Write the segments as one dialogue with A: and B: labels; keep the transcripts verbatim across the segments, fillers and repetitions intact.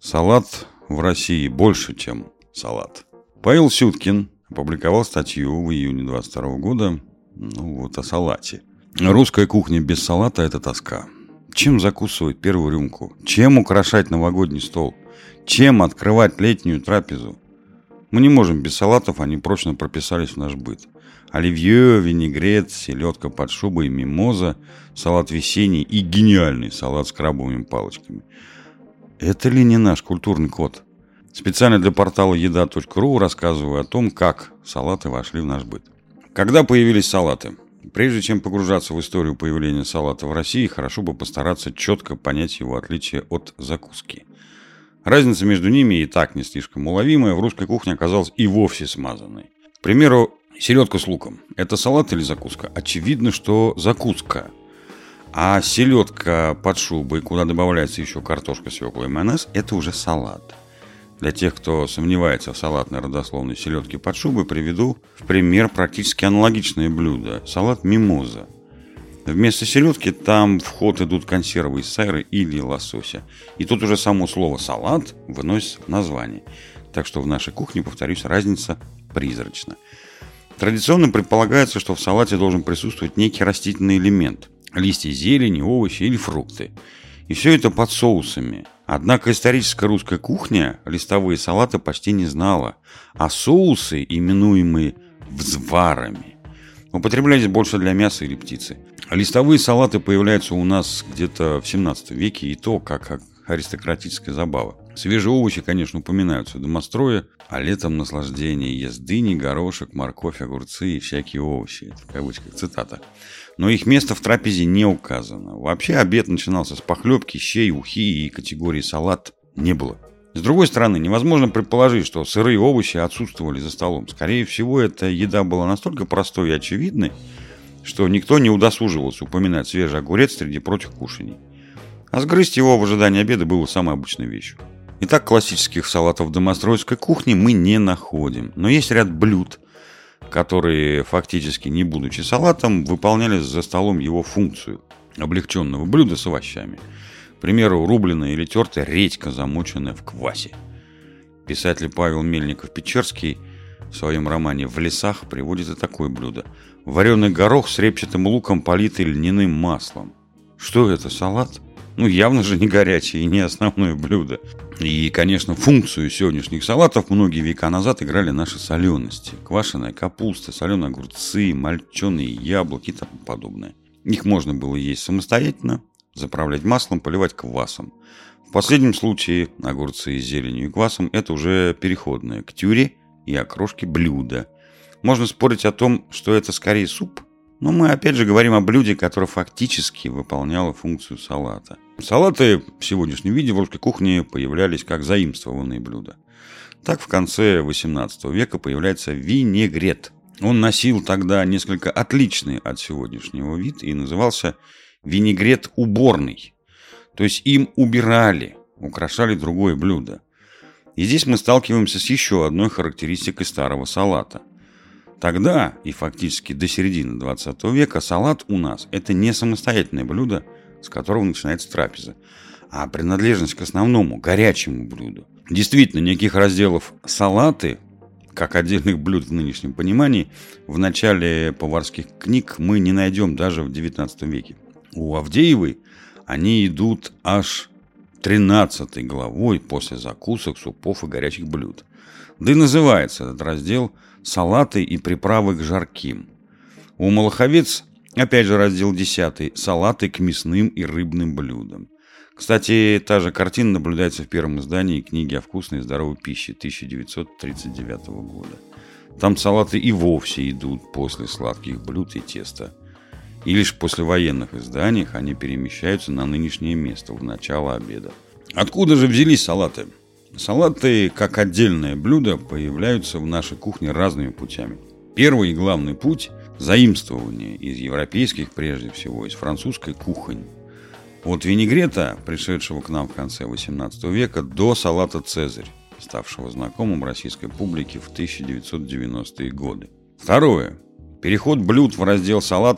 A: Салат в России больше, чем салат. Павел Сюткин опубликовал статью в июне двадцать второго года ну, вот, о салате. Русская кухня без салата – это тоска. Чем закусывать первую рюмку? Чем украшать новогодний стол? Чем открывать летнюю трапезу? Мы не можем без салатов, они прочно прописались в наш быт. Оливье, винегрет, селедка под шубой, мимоза, салат весенний и гениальный салат с крабовыми палочками. Это ли не наш культурный код? Специально для портала еда точка ру рассказываю о том, как салаты вошли в наш быт. Когда появились салаты? Прежде чем погружаться в историю появления салата в России, хорошо бы постараться четко понять его отличие от закуски. Разница между ними и так не слишком уловимая, в русской кухне оказалась и вовсе смазанной. К примеру, селедка с луком. Это салат или закуска? Очевидно, что закуска. А селедка под шубой, куда добавляется еще картошка, свекла и майонез, это уже салат. Для тех, кто сомневается в салатной родословной селедки под шубой, приведу в пример практически аналогичное блюдо – салат мимоза. Вместо селедки там в ход идут консервы из сайры или лосося. И тут уже само слово «салат» выносится в название. Так что в нашей кухне, повторюсь, разница призрачна. Традиционно предполагается, что в салате должен присутствовать некий растительный элемент – листья зелени, овощи или фрукты. И все это под соусами. Однако историческая русская кухня листовые салаты почти не знала, а соусы, именуемые взварами, употреблялись больше для мяса или птицы. Листовые салаты появляются у нас где-то в семнадцатом веке, и то как аристократическая забава. Свежие овощи, конечно, упоминаются в домострое, а летом наслаждение ест дыни, горошек, морковь, огурцы и всякие овощи. Это в кавычках цитата. Но их место в трапезе не указано. Вообще обед начинался с похлебки, щей, ухи и категории салат не было. С другой стороны, невозможно предположить, что сырые овощи отсутствовали за столом. Скорее всего, эта еда была настолько простой и очевидной, что никто не удосуживался упоминать свежий огурец среди прочих кушаний. А сгрызть его в ожидании обеда было самой обычной вещью. Итак, классических салатов домостройской кухни мы не находим. Но есть ряд блюд, которые, фактически не будучи салатом, выполняли за столом его функцию облегченного блюда с овощами. К примеру, рубленая или тертая редька, замоченная в квасе. Писатель Павел Мельников-Печерский в своем романе «В лесах» приводит и такое блюдо. Вареный горох с репчатым луком, политый льняным маслом. Что это, салат? Ну, явно же не горячее и не основное блюдо. И, конечно, функцию сегодняшних салатов многие века назад играли наши солености. Квашеная капуста, соленые огурцы, мальченые яблоки и тому подобное. Их можно было есть самостоятельно, заправлять маслом, поливать квасом. В последнем случае огурцы с зеленью и квасом – это уже переходное к тюре и окрошке блюдо. Можно спорить о том, что это скорее суп, но мы опять же говорим о блюде, которое фактически выполняло функцию салата. Салаты в сегодняшнем виде в русской кухне появлялись как заимствованные блюда. Так в конце восемнадцатого века появляется винегрет. Он носил тогда несколько отличный от сегодняшнего вид и назывался винегрет уборный. То есть им убирали, украшали другое блюдо. И здесь мы сталкиваемся с еще одной характеристикой старого салата. Тогда и фактически до середины двадцатого века салат у нас – это не самостоятельное блюдо, с которого начинается трапеза, а принадлежность к основному, горячему блюду. Действительно, никаких разделов салаты, как отдельных блюд в нынешнем понимании, в начале поварских книг мы не найдем даже в девятнадцатом веке. У Авдеевой они идут аж тринадцатой главой после закусок, супов и горячих блюд. Да и называется этот раздел «Салаты и приправы к жарким». У Малаховец, опять же, раздел десятый «Салаты к мясным и рыбным блюдам». Кстати, та же картина наблюдается в первом издании книги о вкусной и здоровой пище тысяча девятьсот тридцать девятого года. Там салаты и вовсе идут после сладких блюд и теста. И лишь после военных изданий они перемещаются на нынешнее место, в начало обеда. Откуда же взялись салаты? Салаты, как отдельное блюдо, появляются в нашей кухне разными путями. Первый и главный путь – заимствование из европейских, прежде всего, из французской кухни. От винегрета, пришедшего к нам в конце восемнадцатого века, до салата «Цезарь», ставшего знакомым российской публике в тысяча девятьсот девяностые годы. Второе. Переход блюд в раздел салатов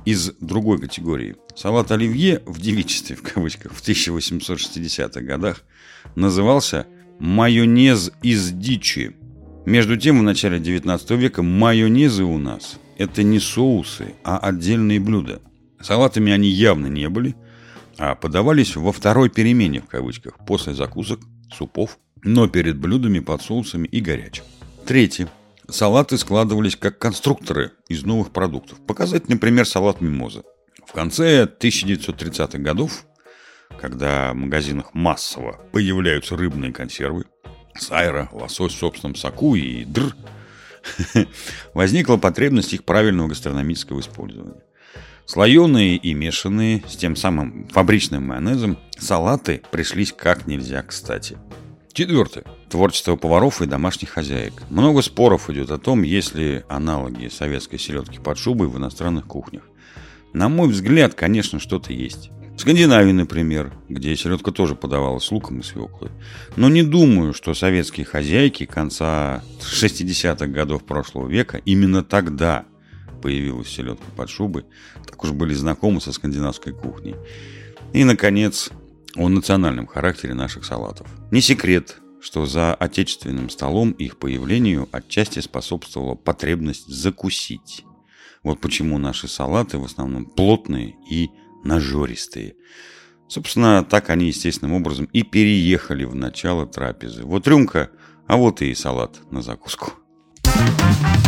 A: из другой категории. Салат оливье в девичестве, в кавычках, в тысяча восемьсот шестидесятых годах назывался майонез из дичи. Между тем, в начале девятнадцатого века майонезы у нас – это не соусы, а отдельные блюда. Салатами они явно не были, а подавались во второй перемене, в кавычках, после закусок, супов, но перед блюдами под соусами и горячим. Третье. Салаты складывались как конструкторы из новых продуктов. Показать, например, салат мимоза. В конце тысяча девятьсот тридцатых годов, когда в магазинах массово появляются рыбные консервы, сайра, лосось в собственном соку и др, возникла потребность их правильного гастрономического использования. Слоеные и мешанные с тем самым фабричным майонезом салаты пришлись как нельзя кстати. Четвертое. Творчество поваров и домашних хозяек. Много споров идет о том, есть ли аналоги советской селедки под шубой в иностранных кухнях. На мой взгляд, конечно, что-то есть. В Скандинавии, например, где селедка тоже подавалась с луком и свеклой. Но не думаю, что советские хозяйки конца шестидесятых годов прошлого века именно тогда появилась селедка под шубой, так уж были знакомы со скандинавской кухней. И, наконец, о национальном характере наших салатов. Не секрет, что за отечественным столом их появлению отчасти способствовала потребность закусить. Вот почему наши салаты в основном плотные и нажористые. Собственно, так они естественным образом и переехали в начало трапезы. Вот рюмка, а вот и салат на закуску.